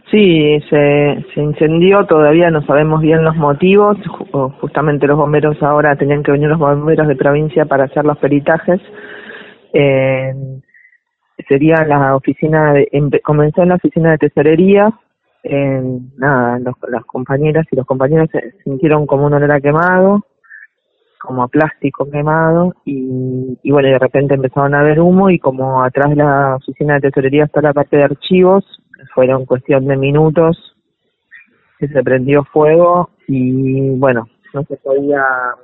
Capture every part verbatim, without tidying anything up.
Sí, se, se incendió, todavía no sabemos bien los motivos. Ju- Justamente los bomberos ahora tenían que venir los bomberos de provincia para hacer los peritajes. Eh, sería la oficina, de, empe- comenzó en la oficina de tesorería. Eh, nada, los, las compañeras y los compañeros se sintieron como un olor a quemado, como a plástico quemado, y, y bueno, y de repente empezaron a ver humo, y como atrás de la oficina de tesorería está la parte de archivos, fueron cuestión de minutos que se prendió fuego, y bueno, no se podía,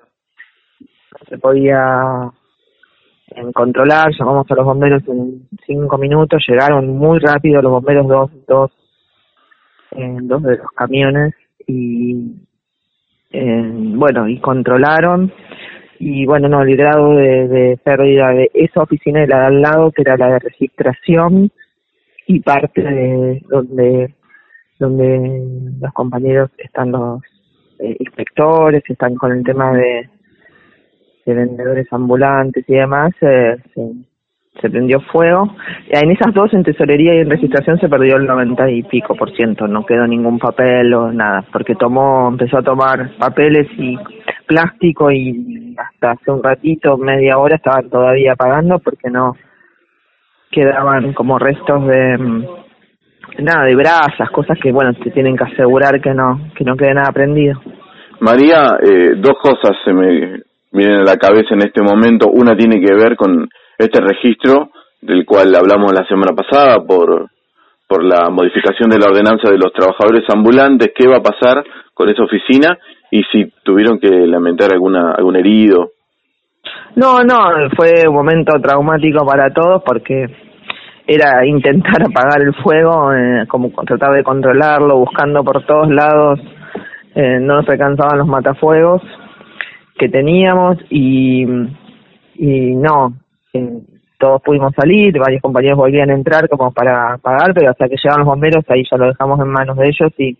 no se podía eh, controlar. Llamamos a los bomberos en cinco minutos, llegaron muy rápido los bomberos, dos, dos, eh, dos de los camiones, y eh, bueno, y controlaron. Y bueno, no, el grado de, de pérdida de esa oficina y la de al lado, que era la de registración, y parte de donde donde los compañeros están los eh, inspectores, están con el tema de, de vendedores ambulantes y demás, eh, se, se prendió fuego. En esas dos, en tesorería y en registración, se perdió el noventa y pico por ciento, no quedó ningún papel o nada, porque tomó, empezó a tomar papeles y plástico, y hasta hace un ratito, media hora, estaban todavía apagando porque no quedaban como restos de nada, de brasas, cosas que bueno, te tienen que asegurar que no que no quede nada prendido. María, eh, dos cosas se me vienen a la cabeza en este momento. Una tiene que ver con este registro del cual hablamos la semana pasada por por la modificación de la ordenanza de los trabajadores ambulantes. ¿Qué va a pasar con esa oficina y si tuvieron que lamentar alguna algún herido? No, no, fue un momento traumático para todos porque era intentar apagar el fuego, eh, como tratar de controlarlo, buscando por todos lados, eh, no nos alcanzaban los matafuegos que teníamos, y, y no, eh, todos pudimos salir, varios compañeros volvían a entrar como para apagar, pero hasta que llegaron los bomberos, ahí ya lo dejamos en manos de ellos, y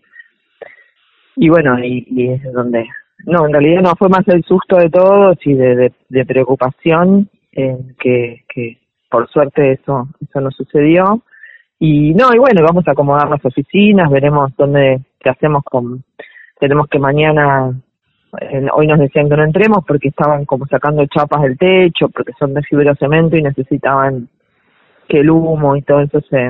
y bueno, y, y es donde, no, en realidad no, fue más el susto de todos y de, de, de preocupación, eh, que, que por suerte eso eso no sucedió. Y no, y bueno, vamos a acomodar las oficinas, veremos dónde, qué hacemos con, tenemos que mañana, eh, hoy nos decían que no entremos porque estaban como sacando chapas del techo, porque son de fibrocemento y necesitaban que el humo y todo eso se,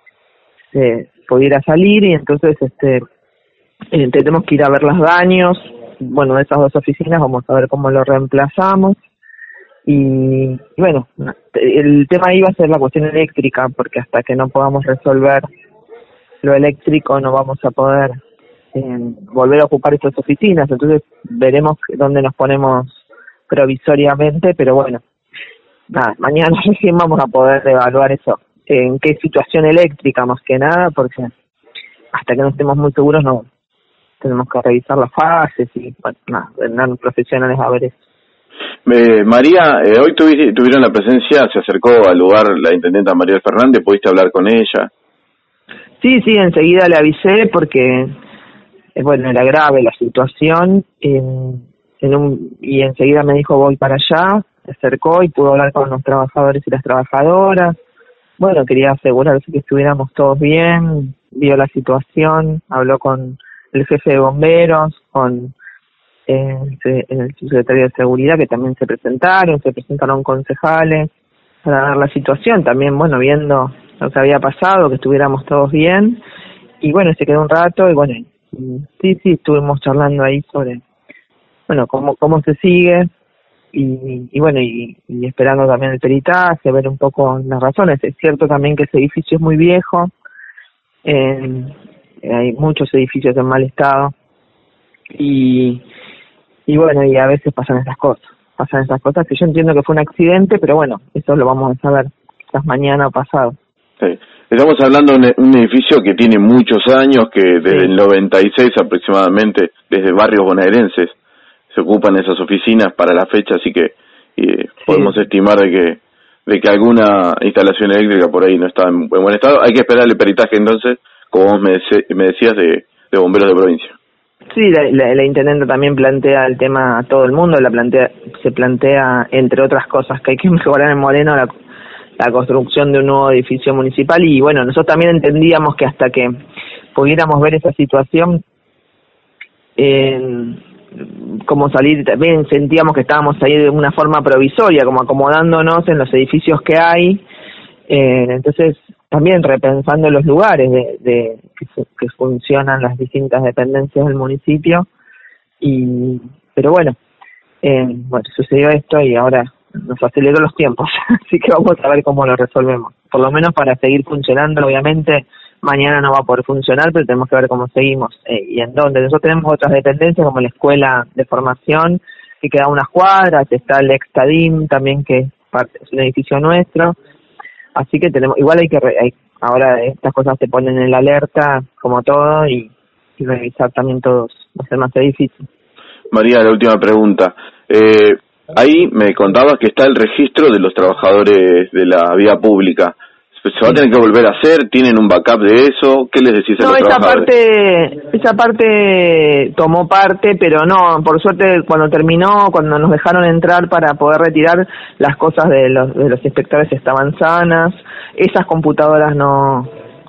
se pudiera salir, y entonces este eh, tenemos que ir a ver los daños, bueno, de esas dos oficinas, vamos a ver cómo lo reemplazamos. Y, y bueno, el tema iba a ser la cuestión eléctrica, porque hasta que no podamos resolver lo eléctrico no vamos a poder eh, volver a ocupar estas oficinas, entonces veremos dónde nos ponemos provisoriamente, pero bueno, nada, mañana recién vamos a poder evaluar eso, en qué situación eléctrica más que nada, porque hasta que no estemos muy seguros no tenemos que revisar las fases y bueno, nada, vendrán profesionales a ver eso. Eh, María, eh, hoy tuvi, tuvieron la presencia, se acercó al lugar la intendenta María Fernández, ¿pudiste hablar con ella? Sí, sí, enseguida le avisé porque, eh, bueno, era grave la situación, eh, en un, y enseguida me dijo voy para allá, se acercó y pudo hablar con los trabajadores y las trabajadoras. Bueno, quería asegurarse que estuviéramos todos bien, vio la situación, habló con el jefe de bomberos, con eh, el subsecretario de Seguridad, que también se presentaron, se presentaron concejales para ver la situación, también, bueno, viendo lo que había pasado, que estuviéramos todos bien, y bueno, se quedó un rato, y bueno, y, sí, sí, estuvimos charlando ahí sobre, bueno, cómo cómo se sigue, y, y bueno, y, y esperando también el peritaje, ver un poco las razones. Es cierto también que ese edificio es muy viejo, eh, hay muchos edificios en mal estado, y y bueno, y a veces pasan estas cosas, pasan estas cosas que yo entiendo que fue un accidente, pero bueno, eso lo vamos a saber quizás mañana o pasado. Sí. Estamos hablando de un edificio que tiene muchos años, que desde sí. el noventa y seis aproximadamente, desde barrios bonaerenses, se ocupan esas oficinas para la fecha, así que eh, sí. podemos estimar de que de que alguna instalación eléctrica por ahí no está en buen estado. Hay que esperar el peritaje entonces, como vos me, me decías, de, de bomberos de provincia. Sí, la, la, la intendente también plantea el tema a todo el mundo, la plantea, se plantea, entre otras cosas, que hay que mejorar en Moreno la, la construcción de un nuevo edificio municipal, y bueno, nosotros también entendíamos que hasta que pudiéramos ver esa situación, eh, como salir, también sentíamos que estábamos ahí de una forma provisoria, como acomodándonos en los edificios que hay, eh, entonces también repensando los lugares de, de que, que funcionan las distintas dependencias del municipio, y pero bueno, eh, bueno, sucedió esto y ahora nos aceleró los tiempos, así que vamos a ver cómo lo resolvemos, por lo menos para seguir funcionando. Obviamente mañana no va a poder funcionar, pero tenemos que ver cómo seguimos eh, y en dónde. Nosotros tenemos otras dependencias como la Escuela de Formación, que queda a unas cuadras, está el Extadim también, que es, parte, es un edificio nuestro, así que tenemos, igual hay que, re, hay, ahora estas cosas se ponen en la alerta, como todo, y, y revisar también todos los demás edificios. María, la última pregunta. Eh, ahí me contabas que está el registro de los trabajadores de la vía pública. ¿Se va a tener que volver a hacer? ¿Tienen un backup de eso? ¿Qué les decís a no, los esa trabajadores? parte, esa parte tomó parte, pero no, por suerte cuando terminó, cuando nos dejaron entrar para poder retirar, las cosas de los, de los inspectores estaban sanas, esas computadoras no,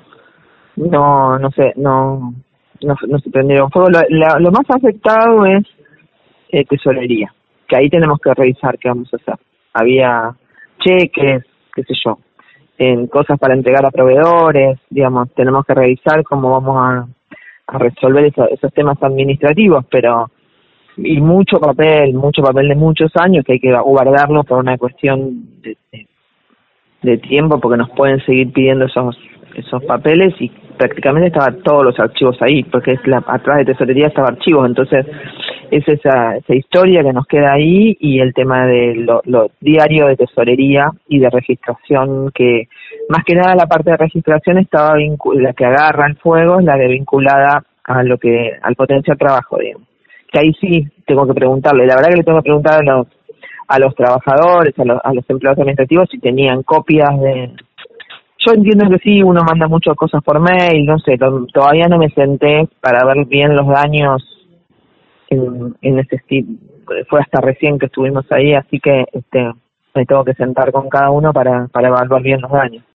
no, no sé, no, no, no se prendieron fuego. Lo, la, lo más afectado es eh, tesorería, que ahí tenemos que revisar qué vamos a hacer. Había cheques, qué sé yo, en cosas para entregar a proveedores, digamos, tenemos que revisar cómo vamos a, a resolver eso, esos temas administrativos, pero y mucho papel, mucho papel de muchos años que hay que guardarlo por una cuestión de, de, de tiempo, porque nos pueden seguir pidiendo esos esos papeles y prácticamente estaban todos los archivos ahí, porque es la, atrás de tesorería estaba archivos, entonces es esa, esa historia que nos queda ahí, y el tema de lo, lo diario de tesorería y de registración, que más que nada la parte de registración estaba vincu- la que agarra el fuego es la de vinculada a lo que al potencial trabajo, digamos. Que ahí sí tengo que preguntarle, la verdad que le tengo que preguntar a los a los trabajadores, a los, a los empleados administrativos si tenían copias de... Yo entiendo que sí, uno manda muchas cosas por mail, no sé, to- todavía no me senté para ver bien los daños en, en ese estilo. Fue hasta recién que estuvimos ahí, así que este me tengo que sentar con cada uno para, para evaluar bien los daños.